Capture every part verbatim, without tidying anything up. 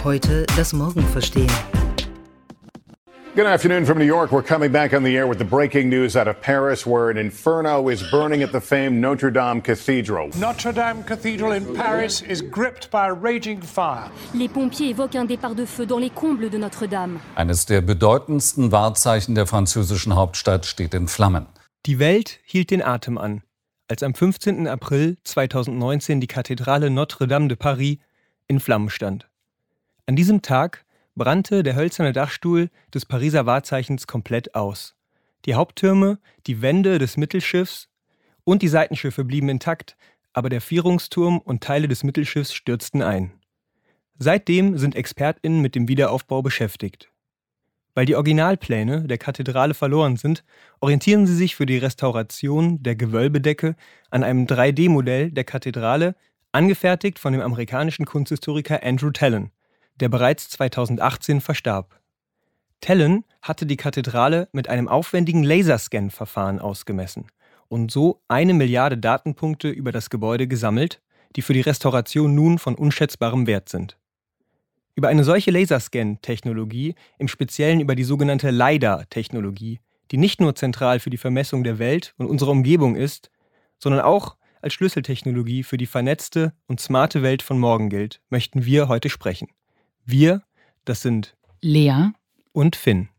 Heute das Morgen verstehen. Good afternoon from New York. We're coming back on the air with the breaking news out of Paris, where an inferno is burning at the famed Notre Dame Cathedral. Notre Dame Cathedral in Paris is gripped by a raging fire. Les pompiers évoquent un départ de feu dans les combles de Notre-Dame. Eines der bedeutendsten Wahrzeichen der französischen Hauptstadt steht in Flammen. Die Welt hielt den Atem an, als am fünfzehnten April zweitausendneunzehn die Kathedrale Notre-Dame de Paris in Flammen stand. An diesem Tag brannte der hölzerne Dachstuhl des Pariser Wahrzeichens komplett aus. Die Haupttürme, die Wände des Mittelschiffs und die Seitenschiffe blieben intakt, aber der Vierungsturm und Teile des Mittelschiffs stürzten ein. Seitdem sind ExpertInnen mit dem Wiederaufbau beschäftigt. Weil die Originalpläne der Kathedrale verloren sind, orientieren sie sich für die Restauration der Gewölbedecke an einem drei D Modell der Kathedrale, angefertigt von dem amerikanischen Kunsthistoriker Andrew Tallon, der bereits zweitausendachtzehn verstarb. Tallon hatte die Kathedrale mit einem aufwendigen Laserscan-Verfahren ausgemessen und so eine Milliarde Datenpunkte über das Gebäude gesammelt, die für die Restauration nun von unschätzbarem Wert sind. Über eine solche Laserscan-Technologie, im Speziellen über die sogenannte LiDAR-Technologie, die nicht nur zentral für die Vermessung der Welt und unserer Umgebung ist, sondern auch als Schlüsseltechnologie für die vernetzte und smarte Welt von morgen gilt, möchten wir heute sprechen. Wir, das sind Lea und Finn.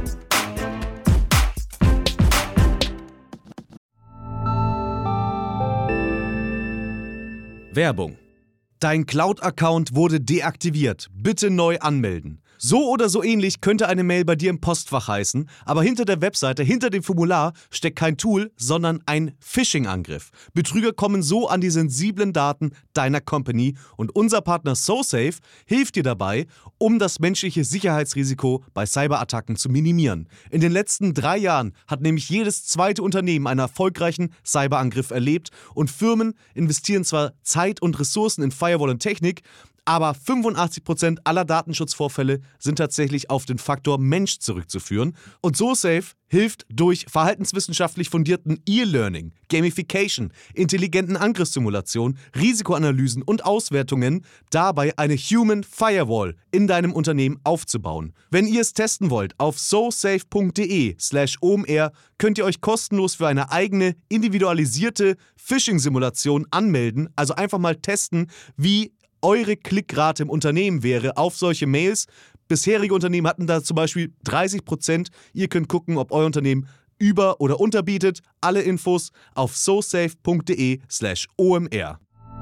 Werbung. Dein Cloud-Account wurde deaktiviert. Bitte neu anmelden. So oder so ähnlich könnte eine Mail bei dir im Postfach heißen, aber hinter der Webseite, hinter dem Formular steckt kein Tool, sondern ein Phishing-Angriff. Betrüger kommen so an die sensiblen Daten deiner Company und unser Partner SoSafe hilft dir dabei, um das menschliche Sicherheitsrisiko bei Cyberattacken zu minimieren. In den letzten drei Jahren hat nämlich jedes zweite Unternehmen einen erfolgreichen Cyberangriff erlebt und Firmen investieren zwar Zeit und Ressourcen in Firewall und Technik, aber fünfundachtzig Prozent aller Datenschutzvorfälle sind tatsächlich auf den Faktor Mensch zurückzuführen. Und SoSafe hilft durch verhaltenswissenschaftlich fundierten E-Learning, Gamification, intelligenten Angriffssimulationen, Risikoanalysen und Auswertungen dabei eine Human Firewall in deinem Unternehmen aufzubauen. Wenn ihr es testen wollt, auf sosafe.de slash omr könnt ihr euch kostenlos für eine eigene individualisierte Phishing-Simulation anmelden. Also einfach mal testen, wie eure Klickrate im Unternehmen wäre auf solche Mails. Bisherige Unternehmen hatten da zum Beispiel dreißig Prozent. Ihr könnt gucken, ob euer Unternehmen über- oder unterbietet. Alle Infos auf sosafe.de slash omr.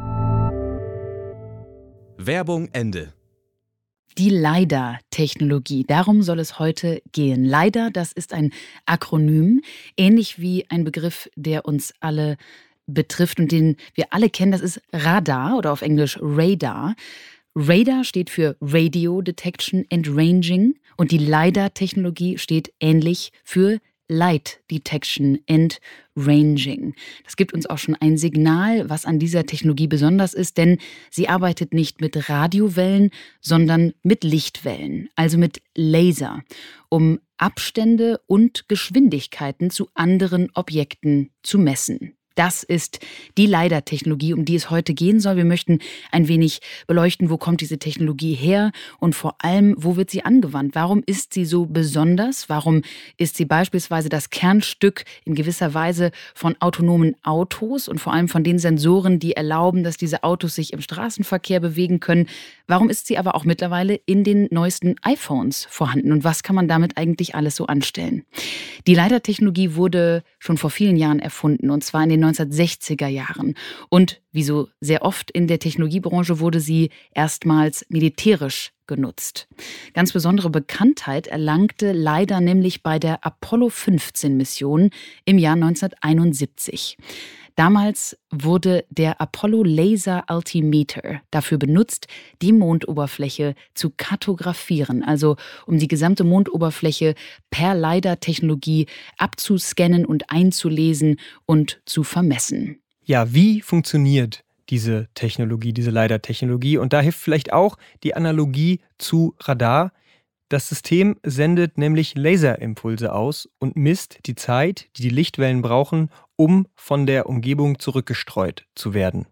Werbung Ende. Die LiDAR-Technologie, darum soll es heute gehen. LiDAR, das ist ein Akronym, ähnlich wie ein Begriff, der uns alle betrifft und den wir alle kennen, das ist Radar oder auf Englisch Radar. Radar steht für Radio Detection and Ranging und die LiDAR-Technologie steht ähnlich für Light Detection and Ranging. Das gibt uns auch schon ein Signal, was an dieser Technologie besonders ist, denn sie arbeitet nicht mit Radiowellen, sondern mit Lichtwellen, also mit Laser, um Abstände und Geschwindigkeiten zu anderen Objekten zu messen. Das ist die LiDAR-Technologie, um die es heute gehen soll. Wir möchten ein wenig beleuchten, wo kommt diese Technologie her und vor allem, wo wird sie angewandt? Warum ist sie so besonders? Warum ist sie beispielsweise das Kernstück in gewisser Weise von autonomen Autos und vor allem von den Sensoren, die erlauben, dass diese Autos sich im Straßenverkehr bewegen können? Warum ist sie aber auch mittlerweile in den neuesten iPhones vorhanden? Und was kann man damit eigentlich alles so anstellen? Die LiDAR-Technologie wurde schon vor vielen Jahren erfunden, und zwar in den neunzehnhundertsechziger Jahren. Und wie so sehr oft in der Technologiebranche wurde sie erstmals militärisch genutzt. Ganz besondere Bekanntheit erlangte LiDAR nämlich bei der Apollo fünfzehn Mission im Jahr neunzehnhunderteinundsiebzig. Damals wurde der Apollo Laser Altimeter dafür benutzt, die Mondoberfläche zu kartografieren, also um die gesamte Mondoberfläche per LiDAR-Technologie abzuscannen und einzulesen und zu vermessen. Ja, wie funktioniert diese Technologie, diese LiDAR-Technologie? Und da hilft vielleicht auch die Analogie zu Radar. Das System sendet nämlich Laserimpulse aus und misst die Zeit, die die Lichtwellen brauchen, um von der Umgebung zurückgestreut zu werden.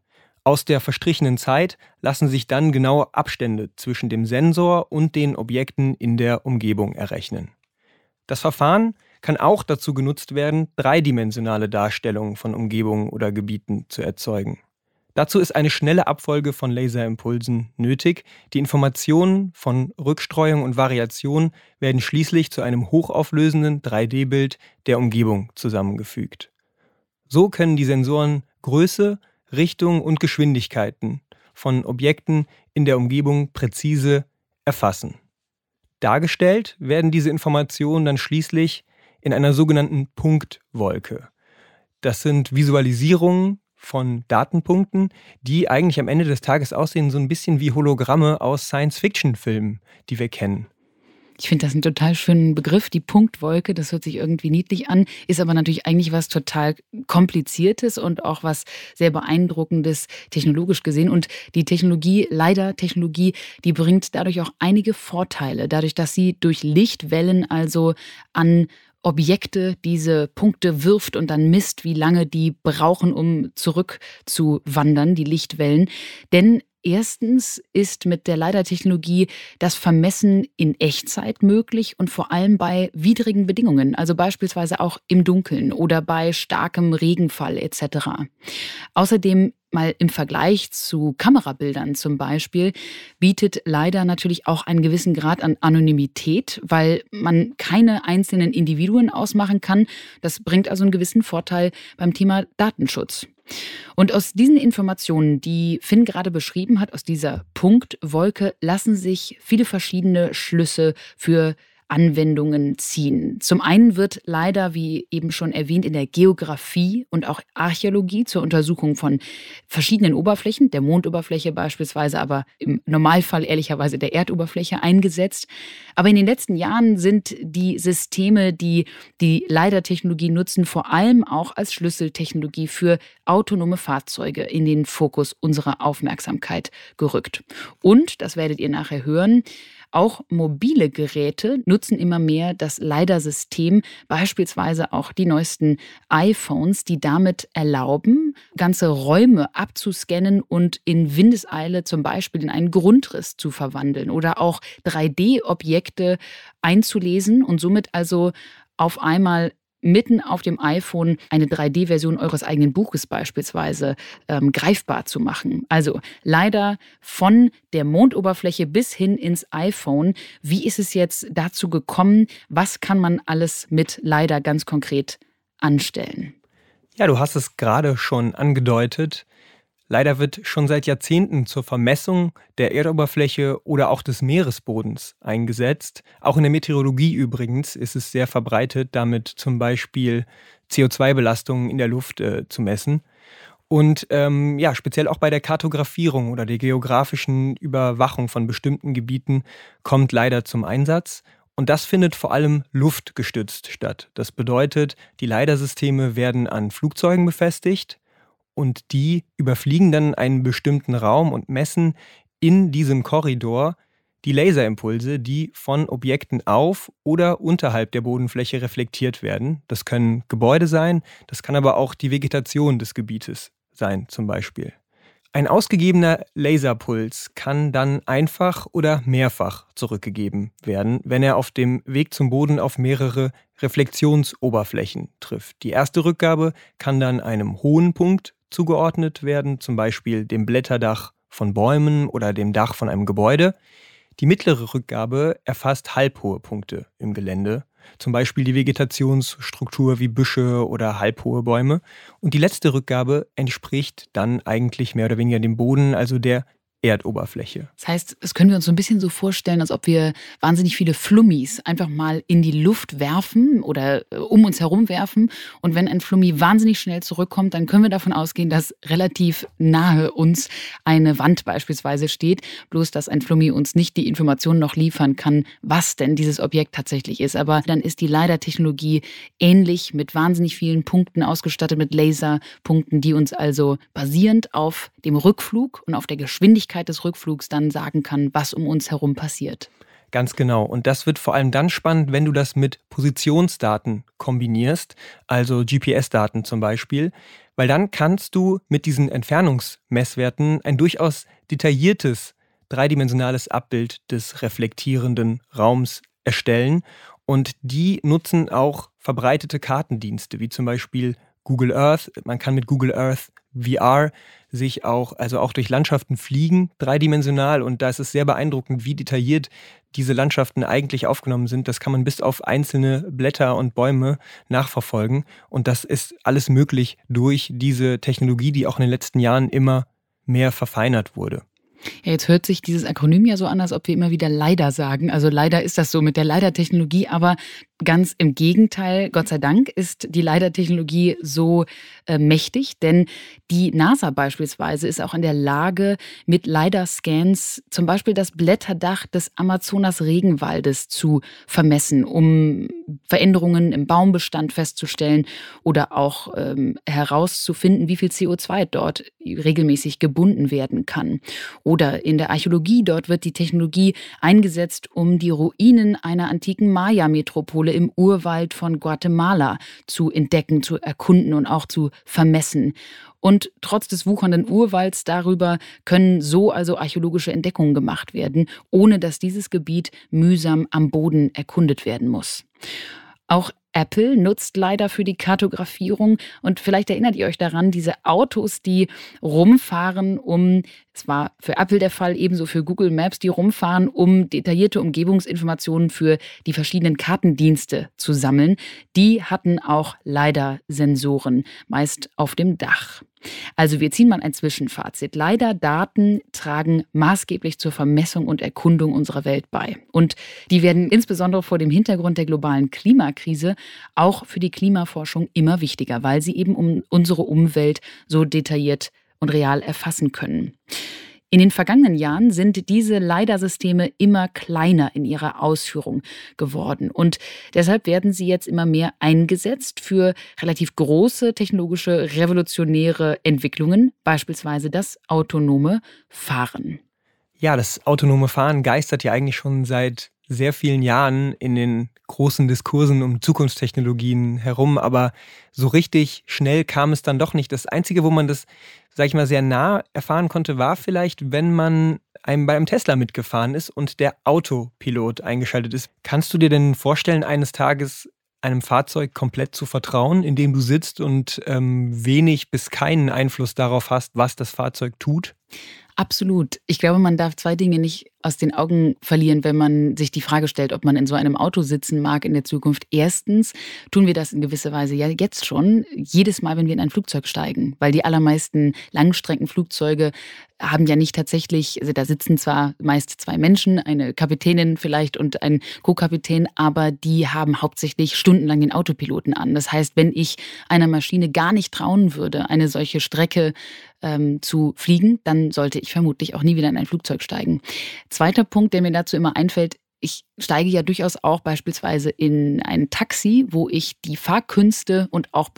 Aus der verstrichenen Zeit lassen sich dann genaue Abstände zwischen dem Sensor und den Objekten in der Umgebung errechnen. Das Verfahren kann auch dazu genutzt werden, dreidimensionale Darstellungen von Umgebungen oder Gebieten zu erzeugen. Dazu ist eine schnelle Abfolge von Laserimpulsen nötig. Die Informationen von Rückstreuung und Variation werden schließlich zu einem hochauflösenden drei D Bild der Umgebung zusammengefügt. So können die Sensoren Größe, Richtung und Geschwindigkeiten von Objekten in der Umgebung präzise erfassen. Dargestellt werden diese Informationen dann schließlich in einer sogenannten Punktwolke. Das sind Visualisierungen von Datenpunkten, die eigentlich am Ende des Tages aussehen so ein bisschen wie Hologramme aus Science-Fiction-Filmen, die wir kennen. Ich finde das einen total schönen Begriff, die Punktwolke, das hört sich irgendwie niedlich an, ist aber natürlich eigentlich was total Kompliziertes und auch was sehr Beeindruckendes technologisch gesehen. Und die Technologie, leider Technologie, die bringt dadurch auch einige Vorteile, dadurch, dass sie durch Lichtwellen also an Objekte diese Punkte wirft und dann misst, wie lange die brauchen, um zurückzuwandern, die Lichtwellen. Denn erstens ist mit der LiDAR-Technologie das Vermessen in Echtzeit möglich und vor allem bei widrigen Bedingungen, also beispielsweise auch im Dunkeln oder bei starkem Regenfall et cetera. Außerdem mal im Vergleich zu Kamerabildern zum Beispiel, bietet LiDAR natürlich auch einen gewissen Grad an Anonymität, weil man keine einzelnen Individuen ausmachen kann. Das bringt also einen gewissen Vorteil beim Thema Datenschutz. Und aus diesen Informationen, die Finn gerade beschrieben hat, aus dieser Punktwolke, lassen sich viele verschiedene Schlüsse für Anwendungen ziehen. Zum einen wird leider, wie eben schon erwähnt, in der Geografie und auch Archäologie zur Untersuchung von verschiedenen Oberflächen, der Mondoberfläche beispielsweise, aber im Normalfall ehrlicherweise der Erdoberfläche eingesetzt. Aber in den letzten Jahren sind die Systeme, die die LiDAR-Technologie nutzen, vor allem auch als Schlüsseltechnologie für autonome Fahrzeuge in den Fokus unserer Aufmerksamkeit gerückt. Und, das werdet ihr nachher hören, auch mobile Geräte nutzen immer mehr das LiDAR-System, beispielsweise auch die neuesten iPhones, die damit erlauben, ganze Räume abzuscannen und in Windeseile zum Beispiel in einen Grundriss zu verwandeln oder auch drei D Objekte einzulesen und somit also auf einmal mitten auf dem iPhone eine drei D Version eures eigenen Buches beispielsweise ähm, greifbar zu machen. Also leider von der Mondoberfläche bis hin ins iPhone. Wie ist es jetzt dazu gekommen? Was kann man alles mit LiDAR ganz konkret anstellen? Ja, du hast es gerade schon angedeutet. LiDAR wird schon seit Jahrzehnten zur Vermessung der Erdoberfläche oder auch des Meeresbodens eingesetzt. Auch in der Meteorologie übrigens ist es sehr verbreitet, damit zum Beispiel C O zwei Belastungen in der Luft äh, zu messen. Und ähm, ja, speziell auch bei der Kartografierung oder der geografischen Überwachung von bestimmten Gebieten kommt LiDAR zum Einsatz. Und das findet vor allem luftgestützt statt. Das bedeutet, die LiDAR-Systeme werden an Flugzeugen befestigt. Und die überfliegen dann einen bestimmten Raum und messen in diesem Korridor die Laserimpulse, die von Objekten auf oder unterhalb der Bodenfläche reflektiert werden. Das können Gebäude sein, das kann aber auch die Vegetation des Gebietes sein zum Beispiel. Ein ausgegebener Laserpuls kann dann einfach oder mehrfach zurückgegeben werden, wenn er auf dem Weg zum Boden auf mehrere Reflexionsoberflächen trifft. Die erste Rückgabe kann dann einem hohen Punkt zugeordnet werden, zum Beispiel dem Blätterdach von Bäumen oder dem Dach von einem Gebäude. Die mittlere Rückgabe erfasst halbhohe Punkte im Gelände, zum Beispiel die Vegetationsstruktur wie Büsche oder halbhohe Bäume. Und die letzte Rückgabe entspricht dann eigentlich mehr oder weniger dem Boden, also der Erdoberfläche. Das heißt, das können wir uns so ein bisschen so vorstellen, als ob wir wahnsinnig viele Flummis einfach mal in die Luft werfen oder um uns herum werfen. Und wenn ein Flummi wahnsinnig schnell zurückkommt, dann können wir davon ausgehen, dass relativ nahe uns eine Wand beispielsweise steht. Bloß, dass ein Flummi uns nicht die Informationen noch liefern kann, was denn dieses Objekt tatsächlich ist. Aber dann ist die LiDAR-Technologie ähnlich mit wahnsinnig vielen Punkten ausgestattet, mit Laserpunkten, die uns also basierend auf dem Rückflug und auf der Geschwindigkeit des Rückflugs dann sagen kann, was um uns herum passiert. Ganz genau. Und das wird vor allem dann spannend, wenn du das mit Positionsdaten kombinierst, also G P S-Daten zum Beispiel, weil dann kannst du mit diesen Entfernungsmesswerten ein durchaus detailliertes, dreidimensionales Abbild des reflektierenden Raums erstellen. Und die nutzen auch verbreitete Kartendienste, wie zum Beispiel Google Earth. Man kann mit Google Earth V R sich auch, also auch durch Landschaften fliegen, dreidimensional. Und da ist es sehr beeindruckend, wie detailliert diese Landschaften eigentlich aufgenommen sind. Das kann man bis auf einzelne Blätter und Bäume nachverfolgen. Und das ist alles möglich durch diese Technologie, die auch in den letzten Jahren immer mehr verfeinert wurde. Ja, jetzt hört sich dieses Akronym ja so an, als ob wir immer wieder leider sagen. Also leider ist das so mit der LiDAR-Technologie, aber ganz im Gegenteil, Gott sei Dank ist die LiDAR-Technologie so äh, mächtig, denn die NASA beispielsweise ist auch in der Lage, mit LiDAR-Scans zum Beispiel das Blätterdach des Amazonas-Regenwaldes zu vermessen, um Veränderungen im Baumbestand festzustellen oder auch ähm, herauszufinden, wie viel C O zwei dort regelmäßig gebunden werden kann. Oder in der Archäologie, dort wird die Technologie eingesetzt, um die Ruinen einer antiken Maya-Metropole im Urwald von Guatemala zu entdecken, zu erkunden und auch zu vermessen. Und trotz des wuchernden Urwalds darüber können so also archäologische Entdeckungen gemacht werden, ohne dass dieses Gebiet mühsam am Boden erkundet werden muss. Auch Apple nutzt LiDAR für die Kartografierung und vielleicht erinnert ihr euch daran, diese Autos, die rumfahren, um, es war für Apple der Fall, ebenso für Google Maps, die rumfahren, um detaillierte Umgebungsinformationen für die verschiedenen Kartendienste zu sammeln, die hatten auch LiDAR-Sensoren, meist auf dem Dach. Also wir ziehen mal ein Zwischenfazit. LiDAR-Daten tragen maßgeblich zur Vermessung und Erkundung unserer Welt bei. Und die werden insbesondere vor dem Hintergrund der globalen Klimakrise auch für die Klimaforschung immer wichtiger, weil sie eben um unsere Umwelt so detailliert und real erfassen können. In den vergangenen Jahren sind diese LiDAR-Systeme immer kleiner in ihrer Ausführung geworden. Und deshalb werden sie jetzt immer mehr eingesetzt für relativ große technologische, revolutionäre Entwicklungen, beispielsweise das autonome Fahren. Ja, das autonome Fahren geistert ja eigentlich schon seit sehr vielen Jahren in den großen Diskursen um Zukunftstechnologien herum, aber so richtig schnell kam es dann doch nicht. Das Einzige, wo man das, sag ich mal, sehr nah erfahren konnte, war vielleicht, wenn man einem bei einem Tesla mitgefahren ist und der Autopilot eingeschaltet ist. Kannst du dir denn vorstellen, eines Tages einem Fahrzeug komplett zu vertrauen, in dem du sitzt und ähm, wenig bis keinen Einfluss darauf hast, was das Fahrzeug tut? Absolut. Ich glaube, man darf zwei Dinge nicht aus den Augen verlieren, wenn man sich die Frage stellt, ob man in so einem Auto sitzen mag in der Zukunft. Erstens tun wir das in gewisser Weise ja jetzt schon, jedes Mal, wenn wir in ein Flugzeug steigen, weil die allermeisten Langstreckenflugzeuge haben ja nicht tatsächlich, also da sitzen zwar meist zwei Menschen, eine Kapitänin vielleicht und ein Co-Kapitän, aber die haben hauptsächlich stundenlang den Autopiloten an. Das heißt, wenn ich einer Maschine gar nicht trauen würde, eine solche Strecke ähm, zu fliegen, dann sollte ich vermutlich auch nie wieder in ein Flugzeug steigen. Zweiter Punkt, der mir dazu immer einfällt, ich steige ja durchaus auch beispielsweise in ein Taxi, wo ich die Fahrkünste und auch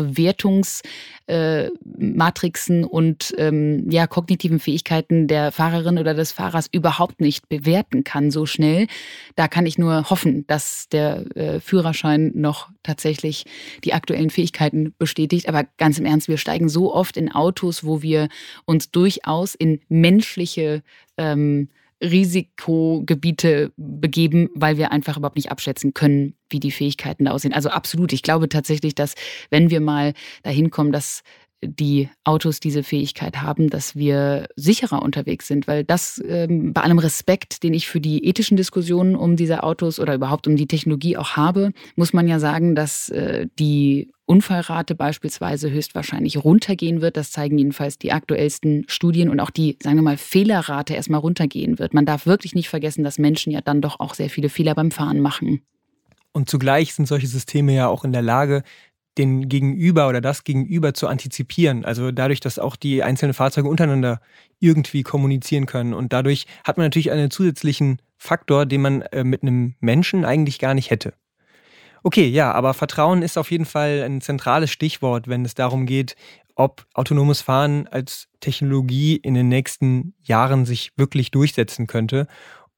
Bewertungsmatrixen äh, und ähm, ja, kognitiven Fähigkeiten der Fahrerin oder des Fahrers überhaupt nicht bewerten kann so schnell. Da kann ich nur hoffen, dass der äh, Führerschein noch tatsächlich die aktuellen Fähigkeiten bestätigt. Aber ganz im Ernst, wir steigen so oft in Autos, wo wir uns durchaus in menschliche ähm, Risikogebiete begeben, weil wir einfach überhaupt nicht abschätzen können, wie die Fähigkeiten da aussehen. Also absolut. Ich glaube tatsächlich, dass wenn wir mal dahin kommen, dass die Autos diese Fähigkeit haben, dass wir sicherer unterwegs sind, weil das ähm, bei allem Respekt, den ich für die ethischen Diskussionen um diese Autos oder überhaupt um die Technologie auch habe, muss man ja sagen, dass äh, die Unfallrate beispielsweise höchstwahrscheinlich runtergehen wird. Das zeigen jedenfalls die aktuellsten Studien und auch die, sagen wir mal, Fehlerrate erstmal runtergehen wird. Man darf wirklich nicht vergessen, dass Menschen ja dann doch auch sehr viele Fehler beim Fahren machen. Und zugleich sind solche Systeme ja auch in der Lage, den Gegenüber oder das Gegenüber zu antizipieren. Also dadurch, dass auch die einzelnen Fahrzeuge untereinander irgendwie kommunizieren können. Und dadurch hat man natürlich einen zusätzlichen Faktor, den man äh, mit einem Menschen eigentlich gar nicht hätte. Okay, ja, aber Vertrauen ist auf jeden Fall ein zentrales Stichwort, wenn es darum geht, ob autonomes Fahren als Technologie in den nächsten Jahren sich wirklich durchsetzen könnte.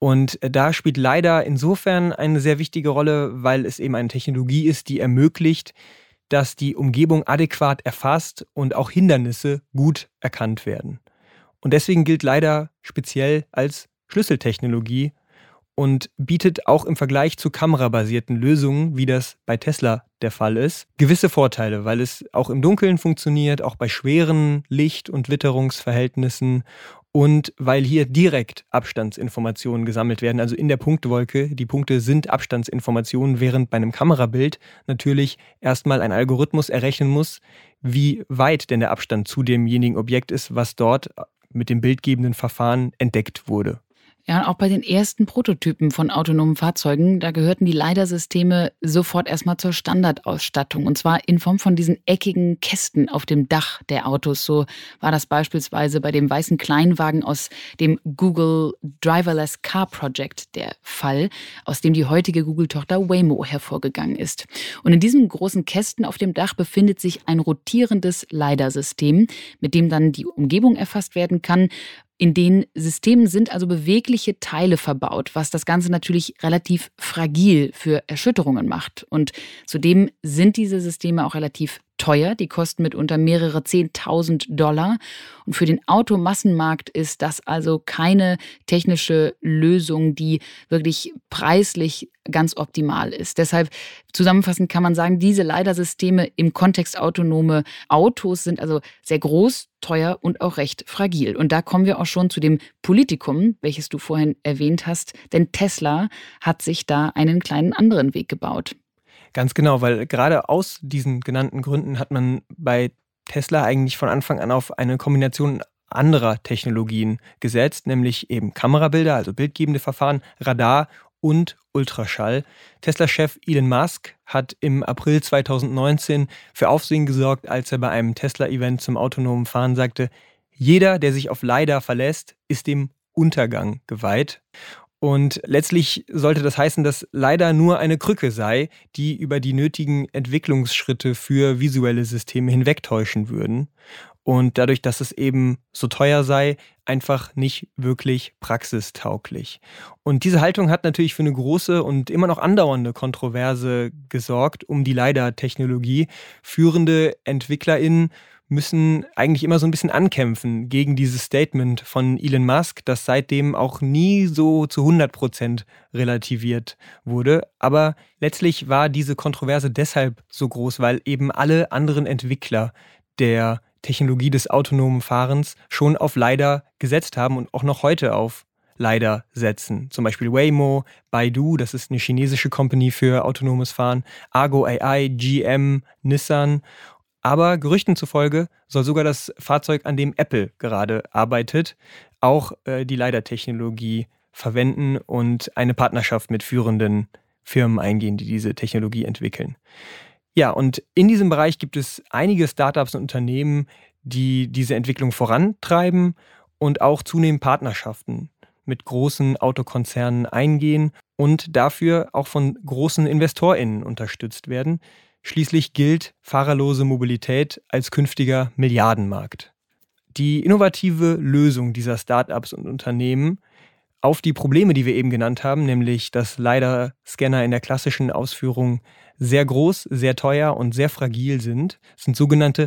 Und da spielt LiDAR insofern eine sehr wichtige Rolle, weil es eben eine Technologie ist, die ermöglicht, dass die Umgebung adäquat erfasst und auch Hindernisse gut erkannt werden. Und deswegen gilt LiDAR speziell als Schlüsseltechnologie und bietet auch im Vergleich zu kamerabasierten Lösungen, wie das bei Tesla der Fall ist, gewisse Vorteile, weil es auch im Dunkeln funktioniert, auch bei schweren Licht- und Witterungsverhältnissen und weil hier direkt Abstandsinformationen gesammelt werden, also in der Punktewolke. Die Punkte sind Abstandsinformationen, während bei einem Kamerabild natürlich erstmal ein Algorithmus errechnen muss, wie weit denn der Abstand zu demjenigen Objekt ist, was dort mit dem bildgebenden Verfahren entdeckt wurde. Ja, und auch bei den ersten Prototypen von autonomen Fahrzeugen, da gehörten die LiDAR-Systeme sofort erstmal zur Standardausstattung. Und zwar in Form von diesen eckigen Kästen auf dem Dach der Autos. So war das beispielsweise bei dem weißen Kleinwagen aus dem Google Driverless Car Project der Fall, aus dem die heutige Google-Tochter Waymo hervorgegangen ist. Und in diesem großen Kästen auf dem Dach befindet sich ein rotierendes LiDAR-System, mit dem dann die Umgebung erfasst werden kann. In den Systemen sind also bewegliche Teile verbaut, was das Ganze natürlich relativ fragil für Erschütterungen macht. Und zudem sind diese Systeme auch relativ teuer. Die kosten mitunter mehrere zehntausend Dollar. Und für den Automassenmarkt ist das also keine technische Lösung, die wirklich preislich ganz optimal ist. Deshalb zusammenfassend kann man sagen, diese LiDAR-Systeme im Kontext autonome Autos sind also sehr groß, teuer und auch recht fragil. Und da kommen wir auch schon zu dem Politikum, welches du vorhin erwähnt hast. Denn Tesla hat sich da einen kleinen anderen Weg gebaut. Ganz genau, weil gerade aus diesen genannten Gründen hat man bei Tesla eigentlich von Anfang an auf eine Kombination anderer Technologien gesetzt, nämlich eben Kamerabilder, also bildgebende Verfahren, Radar und Ultraschall. Tesla-Chef Elon Musk hat im April zweitausendneunzehn für Aufsehen gesorgt, als er bei einem Tesla-Event zum autonomen Fahren sagte, jeder, der sich auf LiDAR verlässt, ist dem Untergang geweiht. Und letztlich sollte das heißen, dass LiDAR nur eine Krücke sei, die über die nötigen Entwicklungsschritte für visuelle Systeme hinwegtäuschen würden. Und dadurch, dass es eben so teuer sei, einfach nicht wirklich praxistauglich. Und diese Haltung hat natürlich für eine große und immer noch andauernde Kontroverse gesorgt um die LiDAR-Technologie. Führende EntwicklerInnen müssen eigentlich immer so ein bisschen ankämpfen gegen dieses Statement von Elon Musk, das seitdem auch nie so zu hundert Prozent relativiert wurde. Aber letztlich war diese Kontroverse deshalb so groß, weil eben alle anderen Entwickler der Technologie des autonomen Fahrens schon auf LiDAR gesetzt haben und auch noch heute auf LiDAR setzen. Zum Beispiel Waymo, Baidu, das ist eine chinesische Company für autonomes Fahren, Argo A I, G M, Nissan. Aber Gerüchten zufolge soll sogar das Fahrzeug, an dem Apple gerade arbeitet, auch äh, die LiDAR-Technologie verwenden und eine Partnerschaft mit führenden Firmen eingehen, die diese Technologie entwickeln. Ja, und in diesem Bereich gibt es einige Startups und Unternehmen, die diese Entwicklung vorantreiben und auch zunehmend Partnerschaften mit großen Autokonzernen eingehen und dafür auch von großen InvestorInnen unterstützt werden. Schließlich gilt fahrerlose Mobilität als künftiger Milliardenmarkt. Die innovative Lösung dieser Startups und Unternehmen auf die Probleme, die wir eben genannt haben, nämlich dass LiDAR-Scanner in der klassischen Ausführung sehr groß, sehr teuer und sehr fragil sind, sind sogenannte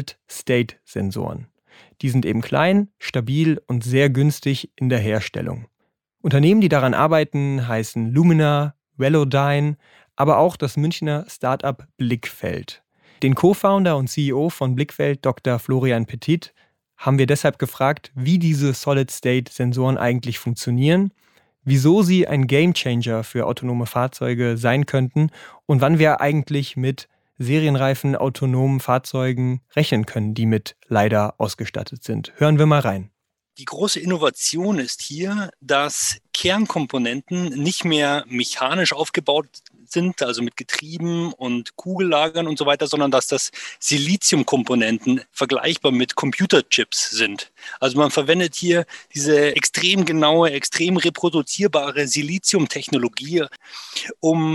Solid-State-Sensoren. Die sind eben klein, stabil und sehr günstig in der Herstellung. Unternehmen, die daran arbeiten, heißen Lumina, Velodyne, aber auch das Münchner Startup Blickfeld. Den Co-Founder und C E O von Blickfeld, Doktor Florian Petit, haben wir deshalb gefragt, wie diese Solid-State-Sensoren eigentlich funktionieren, wieso sie ein Gamechanger für autonome Fahrzeuge sein könnten und wann wir eigentlich mit serienreifen autonomen Fahrzeugen rechnen können, die mit LiDAR ausgestattet sind. Hören wir mal rein. Die große Innovation ist hier, dass Kernkomponenten nicht mehr mechanisch aufgebaut sind, also mit Getrieben und Kugellagern und so weiter, sondern dass das Siliziumkomponenten vergleichbar mit Computerchips sind. Also man verwendet hier diese extrem genaue, extrem reproduzierbare Siliziumtechnologie, um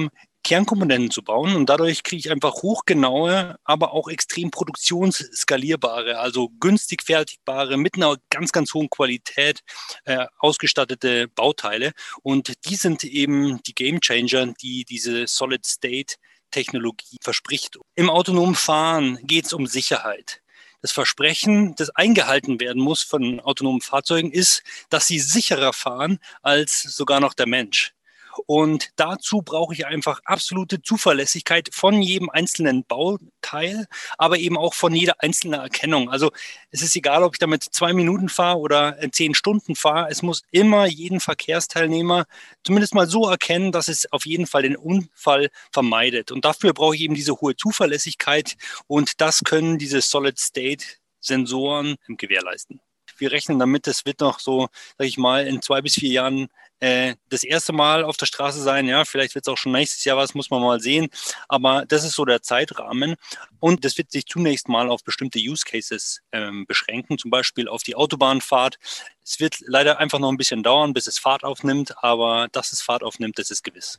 Kernkomponenten zu bauen und dadurch kriege ich einfach hochgenaue, aber auch extrem produktionsskalierbare, also günstig fertigbare, mit einer ganz, ganz hohen Qualität äh, ausgestattete Bauteile. Und die sind eben die Gamechanger, die diese Solid-State-Technologie verspricht. Im autonomen Fahren geht es um Sicherheit. Das Versprechen, das eingehalten werden muss von autonomen Fahrzeugen, ist, dass sie sicherer fahren als sogar noch der Mensch. Und dazu brauche ich einfach absolute Zuverlässigkeit von jedem einzelnen Bauteil, aber eben auch von jeder einzelnen Erkennung. Also es ist egal, ob ich damit zwei Minuten fahre oder zehn Stunden fahre. Es muss immer jeden Verkehrsteilnehmer zumindest mal so erkennen, dass es auf jeden Fall den Unfall vermeidet. Und dafür brauche ich eben diese hohe Zuverlässigkeit und das können diese Solid-State-Sensoren gewährleisten. Wir rechnen damit, es wird noch so, sage ich mal, in zwei bis vier Jahren äh, das erste Mal auf der Straße sein. Ja, vielleicht wird es auch schon nächstes Jahr was, muss man mal sehen. Aber das ist so der Zeitrahmen. Und das wird sich zunächst mal auf bestimmte Use Cases ähm, beschränken, zum Beispiel auf die Autobahnfahrt. Es wird leider einfach noch ein bisschen dauern, bis es Fahrt aufnimmt. Aber dass es Fahrt aufnimmt, das ist gewiss.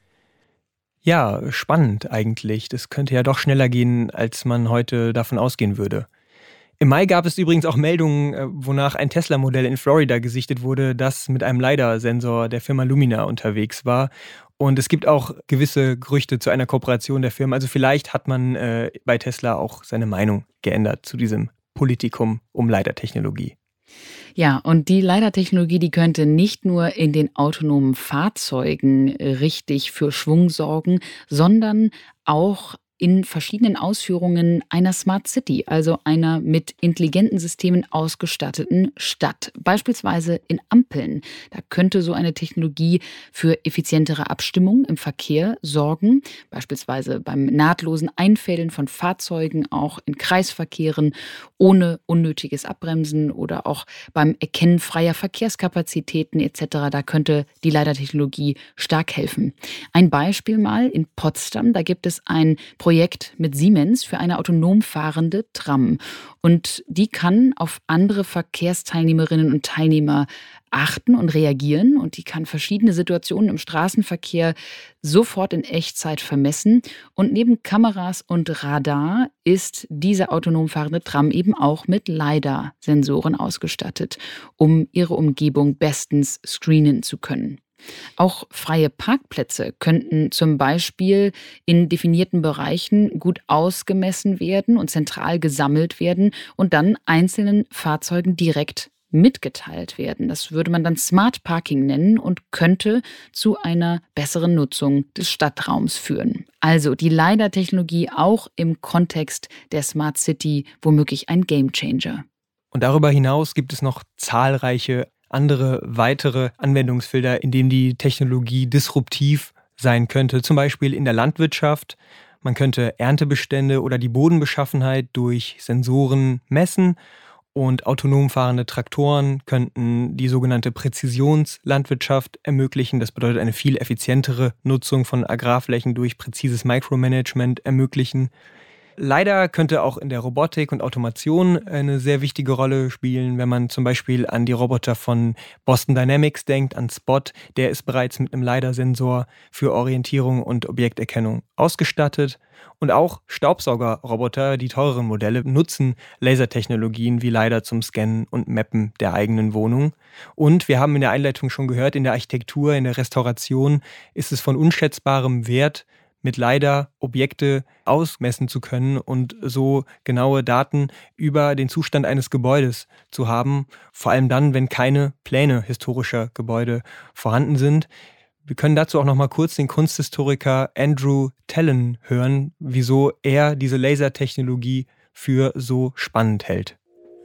Ja, spannend eigentlich. Das könnte ja doch schneller gehen, als man heute davon ausgehen würde. Im Mai gab es übrigens auch Meldungen, wonach ein Tesla-Modell in Florida gesichtet wurde, das mit einem LiDAR-Sensor der Firma Lumina unterwegs war. Und es gibt auch gewisse Gerüchte zu einer Kooperation der Firma. Also vielleicht hat man äh, bei Tesla auch seine Meinung geändert zu diesem Politikum um LiDAR-Technologie. Ja, und die LiDAR-Technologie, die könnte nicht nur in den autonomen Fahrzeugen richtig für Schwung sorgen, sondern auch in verschiedenen Ausführungen einer Smart City, also einer mit intelligenten Systemen ausgestatteten Stadt. Beispielsweise in Ampeln. Da könnte so eine Technologie für effizientere Abstimmung im Verkehr sorgen. Beispielsweise beim nahtlosen Einfädeln von Fahrzeugen, auch in Kreisverkehren, ohne unnötiges Abbremsen oder auch beim Erkennen freier Verkehrskapazitäten et cetera. Da könnte die LiDAR-Technologie stark helfen. Ein Beispiel mal in Potsdam, da gibt es ein Projekt mit Siemens für eine autonom fahrende Tram. Und die kann auf andere Verkehrsteilnehmerinnen und Teilnehmer achten und reagieren. Und die kann verschiedene Situationen im Straßenverkehr sofort in Echtzeit vermessen. Und neben Kameras und Radar ist diese autonom fahrende Tram eben auch mit LiDAR-Sensoren ausgestattet, um ihre Umgebung bestens screenen zu können. Auch freie Parkplätze könnten zum Beispiel in definierten Bereichen gut ausgemessen werden und zentral gesammelt werden und dann einzelnen Fahrzeugen direkt mitgeteilt werden. Das würde man dann Smart Parking nennen und könnte zu einer besseren Nutzung des Stadtraums führen. Also die LiDAR-Technologie auch im Kontext der Smart City womöglich ein Gamechanger. Und darüber hinaus gibt es noch zahlreiche andere weitere Anwendungsfelder, in denen die Technologie disruptiv sein könnte. Zum Beispiel in der Landwirtschaft. Man könnte Erntebestände oder die Bodenbeschaffenheit durch Sensoren messen. Und autonom fahrende Traktoren könnten die sogenannte Präzisionslandwirtschaft ermöglichen. Das bedeutet eine viel effizientere Nutzung von Agrarflächen durch präzises Micromanagement ermöglichen. Leider könnte auch in der Robotik und Automation eine sehr wichtige Rolle spielen, wenn man zum Beispiel an die Roboter von Boston Dynamics denkt, an Spot. Der ist bereits mit einem LiDAR-Sensor für Orientierung und Objekterkennung ausgestattet. Und auch Staubsaugerroboter, die teureren Modelle, nutzen Lasertechnologien wie LiDAR zum Scannen und Mappen der eigenen Wohnung. Und wir haben in der Einleitung schon gehört, in der Architektur, in der Restauration ist es von unschätzbarem Wert, mit LiDAR Objekte ausmessen zu können und so genaue Daten über den Zustand eines Gebäudes zu haben, vor allem dann, wenn keine Pläne historischer Gebäude vorhanden sind. Wir können dazu auch noch mal kurz den Kunsthistoriker Andrew Tellen hören, wieso er diese Lasertechnologie für so spannend hält.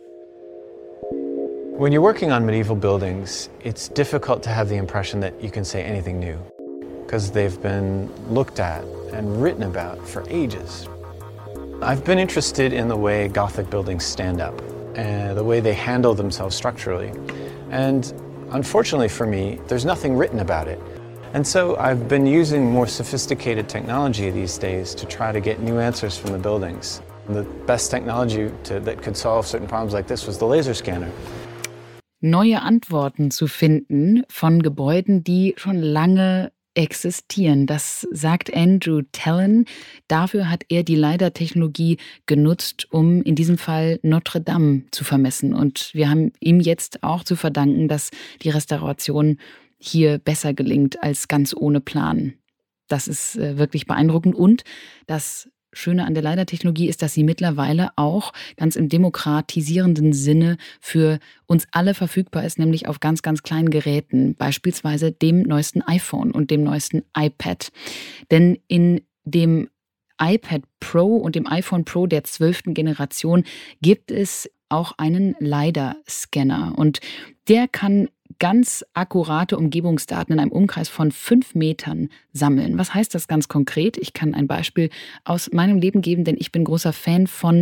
When you're working on medieval buildings, it's difficult to have the impression that you can say anything new, because they've been looked at and written about for ages. I've been interested in the way Gothic buildings stand up, and the way they handle themselves structurally. And unfortunately for me, there's nothing written about it. And so I've been using more sophisticated technology these days to try to get new answers from the buildings. The best technology to, that could solve certain problems like this was the laser scanner. Neue Antworten zu finden von Gebäuden, die schon lange existieren. Das sagt Andrew Tallon. Dafür hat er die LiDAR-Technologie genutzt, um in diesem Fall Notre Dame zu vermessen. Und wir haben ihm jetzt auch zu verdanken, dass die Restauration hier besser gelingt als ganz ohne Plan. Das ist äh, wirklich beeindruckend. Und das Schöne an der LiDAR-Technologie ist, dass sie mittlerweile auch ganz im demokratisierenden Sinne für uns alle verfügbar ist, nämlich auf ganz, ganz kleinen Geräten, beispielsweise dem neuesten iPhone und dem neuesten iPad. Denn in dem iPad Pro und dem iPhone Pro der zwölften Generation gibt es auch einen LiDAR-Scanner und der kann ganz akkurate Umgebungsdaten in einem Umkreis von fünf Metern sammeln. Was heißt das ganz konkret? Ich kann ein Beispiel aus meinem Leben geben, denn ich bin großer Fan von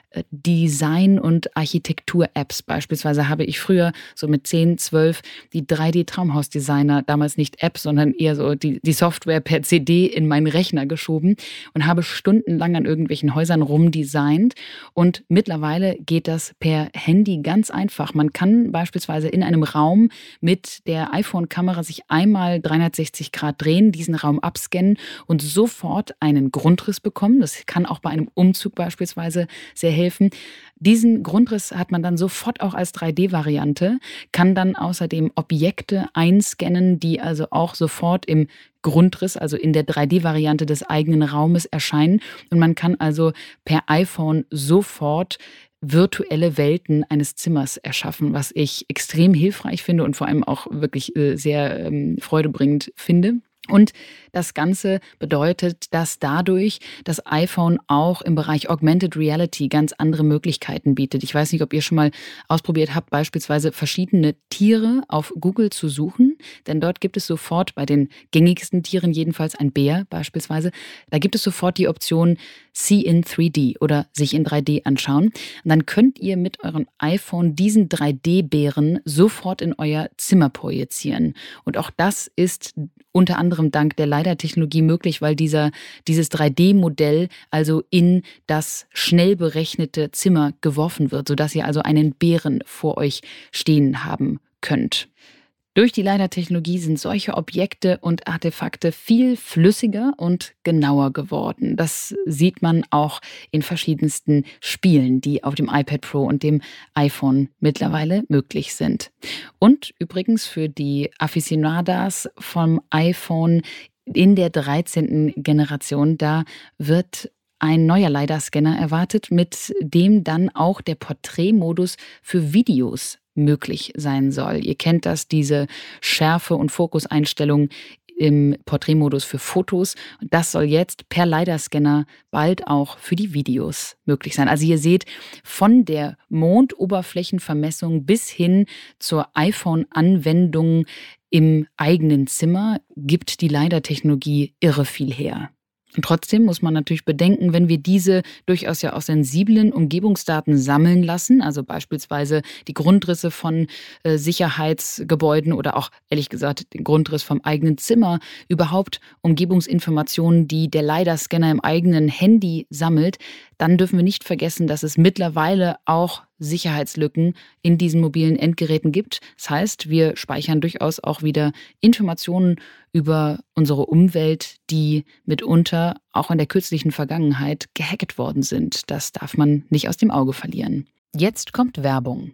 Design- und Architektur-Apps. Beispielsweise habe ich früher so mit zehn, zwölf die drei D-Traumhaus-Designer, damals nicht App, sondern eher so die, die Software per C D in meinen Rechner geschoben und habe stundenlang an irgendwelchen Häusern rumdesignt. Und mittlerweile geht das per Handy ganz einfach. Man kann beispielsweise in einem Raum mit der iPhone-Kamera sich einmal dreihundertsechzig Grad drehen, diesen Raum abscannen und sofort einen Grundriss bekommen. Das kann auch bei einem Umzug beispielsweise sehr helfen. Diesen Grundriss hat man dann sofort auch als drei D-Variante, kann dann außerdem Objekte einscannen, die also auch sofort im Grundriss, also in der drei D-Variante des eigenen Raumes erscheinen. Und man kann also per iPhone sofort virtuelle Welten eines Zimmers erschaffen, was ich extrem hilfreich finde und vor allem auch wirklich äh, sehr ähm, freudebringend finde. Und das Ganze bedeutet, dass dadurch das iPhone auch im Bereich Augmented Reality ganz andere Möglichkeiten bietet. Ich weiß nicht, ob ihr schon mal ausprobiert habt, beispielsweise verschiedene Tiere auf Google zu suchen, denn dort gibt es sofort bei den gängigsten Tieren, jedenfalls ein Bär beispielsweise, da gibt es sofort die Option See in drei D oder sich in drei D anschauen. Und dann könnt ihr mit eurem iPhone diesen drei D-Bären sofort in euer Zimmer projizieren. Und auch das ist unter anderem dank der LiDAR-Technologie möglich, weil dieser, dieses drei D-Modell also in das schnell berechnete Zimmer geworfen wird, sodass ihr also einen Bären vor euch stehen haben könnt. Durch die LiDAR-Technologie sind solche Objekte und Artefakte viel flüssiger und genauer geworden. Das sieht man auch in verschiedensten Spielen, die auf dem iPad Pro und dem iPhone mittlerweile möglich sind. Und übrigens für die Aficionadas vom iPhone in der dreizehnten Generation, da wird ein neuer LiDAR-Scanner erwartet, mit dem dann auch der Porträtmodus für Videos möglich sein soll. Ihr kennt das, diese Schärfe- und Fokuseinstellung im Porträtmodus für Fotos. Das soll jetzt per LiDAR-Scanner bald auch für die Videos möglich sein. Also ihr seht, von der Mondoberflächenvermessung bis hin zur iPhone-Anwendung im eigenen Zimmer gibt die LiDAR-Technologie irre viel her. Und trotzdem muss man natürlich bedenken, wenn wir diese durchaus ja auch sensiblen Umgebungsdaten sammeln lassen, also beispielsweise die Grundrisse von äh, Sicherheitsgebäuden oder auch, ehrlich gesagt, den Grundriss vom eigenen Zimmer, überhaupt Umgebungsinformationen, die der LiDAR-Scanner im eigenen Handy sammelt, dann dürfen wir nicht vergessen, dass es mittlerweile auch Sicherheitslücken in diesen mobilen Endgeräten gibt. Das heißt, wir speichern durchaus auch wieder Informationen über unsere Umwelt, die mitunter auch in der kürzlichen Vergangenheit gehackt worden sind. Das darf man nicht aus dem Auge verlieren. Jetzt kommt Werbung.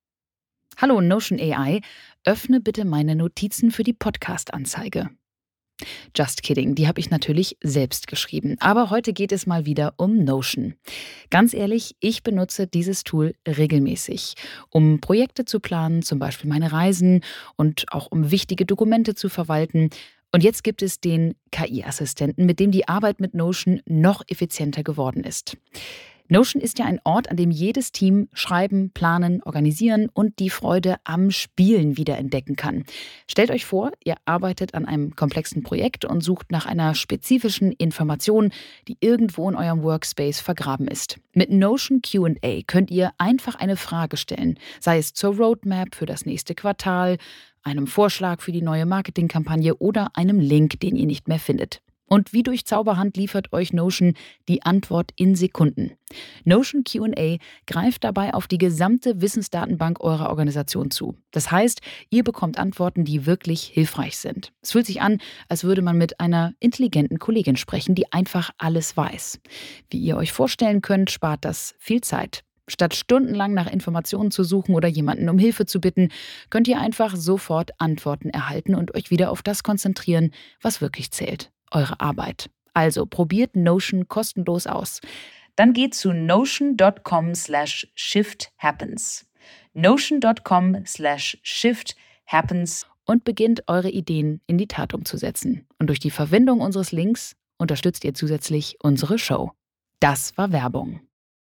Hallo Notion A I, öffne bitte meine Notizen für die Podcast-Anzeige. Just kidding, die habe ich natürlich selbst geschrieben. Aber heute geht es mal wieder um Notion. Ganz ehrlich, ich benutze dieses Tool regelmäßig, um Projekte zu planen, zum Beispiel meine Reisen und auch um wichtige Dokumente zu verwalten. Und jetzt gibt es den K I-Assistenten, mit dem die Arbeit mit Notion noch effizienter geworden ist. Notion ist ja ein Ort, an dem jedes Team schreiben, planen, organisieren und die Freude am Spielen wiederentdecken kann. Stellt euch vor, ihr arbeitet an einem komplexen Projekt und sucht nach einer spezifischen Information, die irgendwo in eurem Workspace vergraben ist. Mit Notion Q and A könnt ihr einfach eine Frage stellen, sei es zur Roadmap für das nächste Quartal, einem Vorschlag für die neue Marketingkampagne oder einem Link, den ihr nicht mehr findet. Und wie durch Zauberhand liefert euch Notion die Antwort in Sekunden. Notion Q and A greift dabei auf die gesamte Wissensdatenbank eurer Organisation zu. Das heißt, ihr bekommt Antworten, die wirklich hilfreich sind. Es fühlt sich an, als würde man mit einer intelligenten Kollegin sprechen, die einfach alles weiß. Wie ihr euch vorstellen könnt, spart das viel Zeit. Statt stundenlang nach Informationen zu suchen oder jemanden um Hilfe zu bitten, könnt ihr einfach sofort Antworten erhalten und euch wieder auf das konzentrieren, was wirklich zählt. Eure Arbeit. Also probiert Notion kostenlos aus. Dann geht zu notion.com slash shift happens. notion.com slash shift happens und beginnt eure Ideen in die Tat umzusetzen. Und durch die Verwendung unseres Links unterstützt ihr zusätzlich unsere Show. Das war Werbung.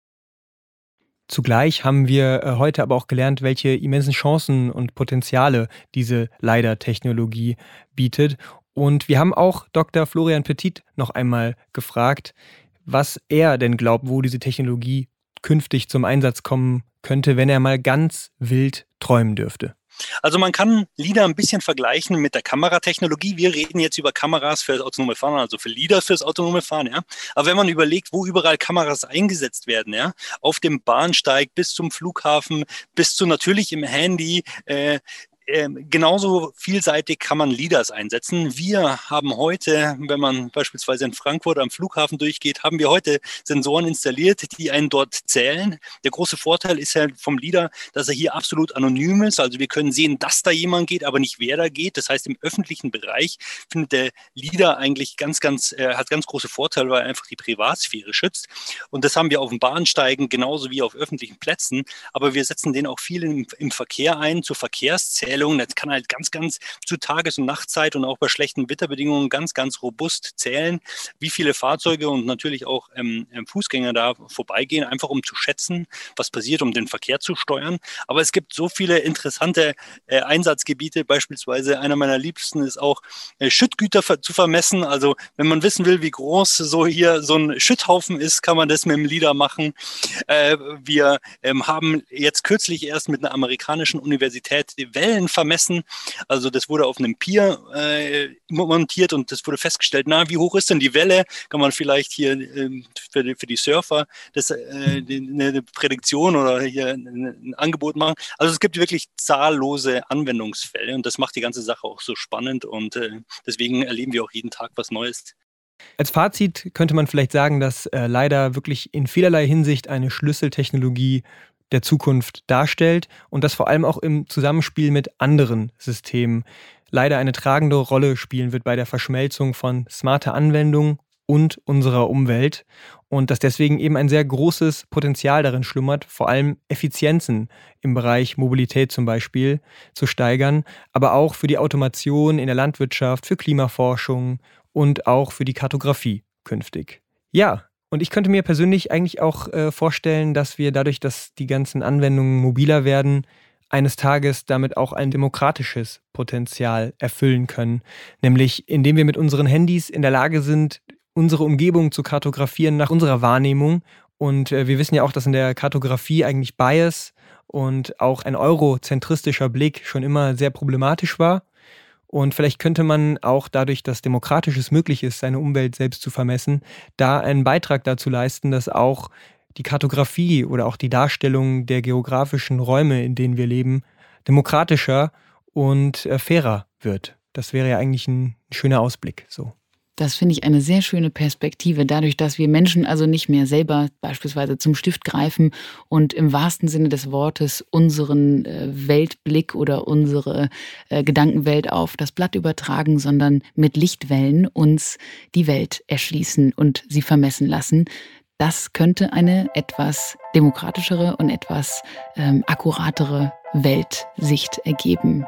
Zugleich haben wir heute aber auch gelernt, welche immensen Chancen und Potenziale diese LiDAR-Technologie bietet. Und wir haben auch Doktor Florian Petit noch einmal gefragt, was er denn glaubt, wo diese Technologie künftig zum Einsatz kommen könnte, wenn er mal ganz wild träumen dürfte. Also man kann LiDAR ein bisschen vergleichen mit der Kameratechnologie. Wir reden jetzt über Kameras für das autonome Fahren, also für LiDAR fürs autonome Fahren. Ja. Aber wenn man überlegt, wo überall Kameras eingesetzt werden, ja, auf dem Bahnsteig bis zum Flughafen, bis zu natürlich im Handy, äh, Ähm, genauso vielseitig kann man LiDARs einsetzen. Wir haben heute, wenn man beispielsweise in Frankfurt am Flughafen durchgeht, haben wir heute Sensoren installiert, die einen dort zählen. Der große Vorteil ist ja vom LiDAR, dass er hier absolut anonym ist. Also wir können sehen, dass da jemand geht, aber nicht wer da geht. Das heißt, im öffentlichen Bereich findet der LiDAR eigentlich ganz, ganz, äh, hat ganz große Vorteile, weil er einfach die Privatsphäre schützt. Und das haben wir auf den Bahnsteigen genauso wie auf öffentlichen Plätzen. Aber wir setzen den auch viel im, im Verkehr ein, zur Verkehrszählung. Das kann halt ganz, ganz zu Tages- und Nachtzeit und auch bei schlechten Wetterbedingungen ganz, ganz robust zählen, wie viele Fahrzeuge und natürlich auch ähm, Fußgänger da vorbeigehen, einfach um zu schätzen, was passiert, um den Verkehr zu steuern. Aber es gibt so viele interessante äh, Einsatzgebiete, beispielsweise einer meiner Liebsten ist auch äh, Schüttgüter ver- zu vermessen. Also wenn man wissen will, wie groß so hier so ein Schütthaufen ist, kann man das mit dem LiDAR machen. Äh, wir ähm, haben jetzt kürzlich erst mit einer amerikanischen Universität die Wellen vermessen. Also das wurde auf einem Pier äh, montiert und das wurde festgestellt, na, wie hoch ist denn die Welle? Kann man vielleicht hier äh, für, die, für die Surfer das, äh, die, eine Prädiktion oder hier ein, ein Angebot machen. Also es gibt wirklich zahllose Anwendungsfälle und das macht die ganze Sache auch so spannend und äh, deswegen erleben wir auch jeden Tag was Neues. Als Fazit könnte man vielleicht sagen, dass äh, LiDAR wirklich in vielerlei Hinsicht eine Schlüsseltechnologie der Zukunft darstellt und das vor allem auch im Zusammenspiel mit anderen Systemen leider eine tragende Rolle spielen wird bei der Verschmelzung von smarter Anwendung und unserer Umwelt und dass deswegen eben ein sehr großes Potenzial darin schlummert, vor allem Effizienzen im Bereich Mobilität zum Beispiel zu steigern, aber auch für die Automation in der Landwirtschaft, für Klimaforschung und auch für die Kartografie künftig. Ja, und ich könnte mir persönlich eigentlich auch äh, vorstellen, dass wir dadurch, dass die ganzen Anwendungen mobiler werden, eines Tages damit auch ein demokratisches Potenzial erfüllen können. Nämlich indem wir mit unseren Handys in der Lage sind, unsere Umgebung zu kartografieren nach unserer Wahrnehmung. Und äh, wir wissen ja auch, dass in der Kartografie eigentlich Bias und auch ein eurozentristischer Blick schon immer sehr problematisch war. Und vielleicht könnte man auch dadurch, dass Demokratisches möglich ist, seine Umwelt selbst zu vermessen, da einen Beitrag dazu leisten, dass auch die Kartografie oder auch die Darstellung der geografischen Räume, in denen wir leben, demokratischer und äh, fairer wird. Das wäre ja eigentlich ein schöner Ausblick. So. Das finde ich eine sehr schöne Perspektive, dadurch, dass wir Menschen also nicht mehr selber beispielsweise zum Stift greifen und im wahrsten Sinne des Wortes unseren äh, Weltblick oder unsere äh, Gedankenwelt auf das Blatt übertragen, sondern mit Lichtwellen uns die Welt erschließen und sie vermessen lassen. Das könnte eine etwas demokratischere und etwas ähm, akkuratere Weltsicht ergeben.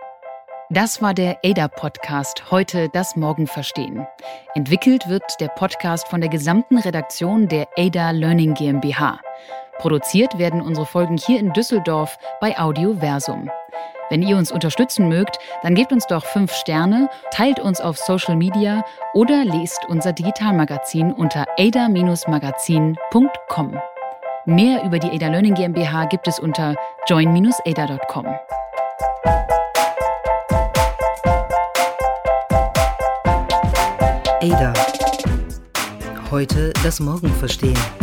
Das war der A D A-Podcast, heute das Morgen verstehen. Entwickelt wird der Podcast von der gesamten Redaktion der A D A Learning GmbH. Produziert werden unsere Folgen hier in Düsseldorf bei Audioversum. Wenn ihr uns unterstützen mögt, dann gebt uns doch fünf Sterne, teilt uns auf Social Media oder lest unser Digitalmagazin unter a d a dash magazin punkt com. Mehr über die A D A Learning GmbH gibt es unter join dash a d a punkt com. Ada. Heute das Morgen verstehen.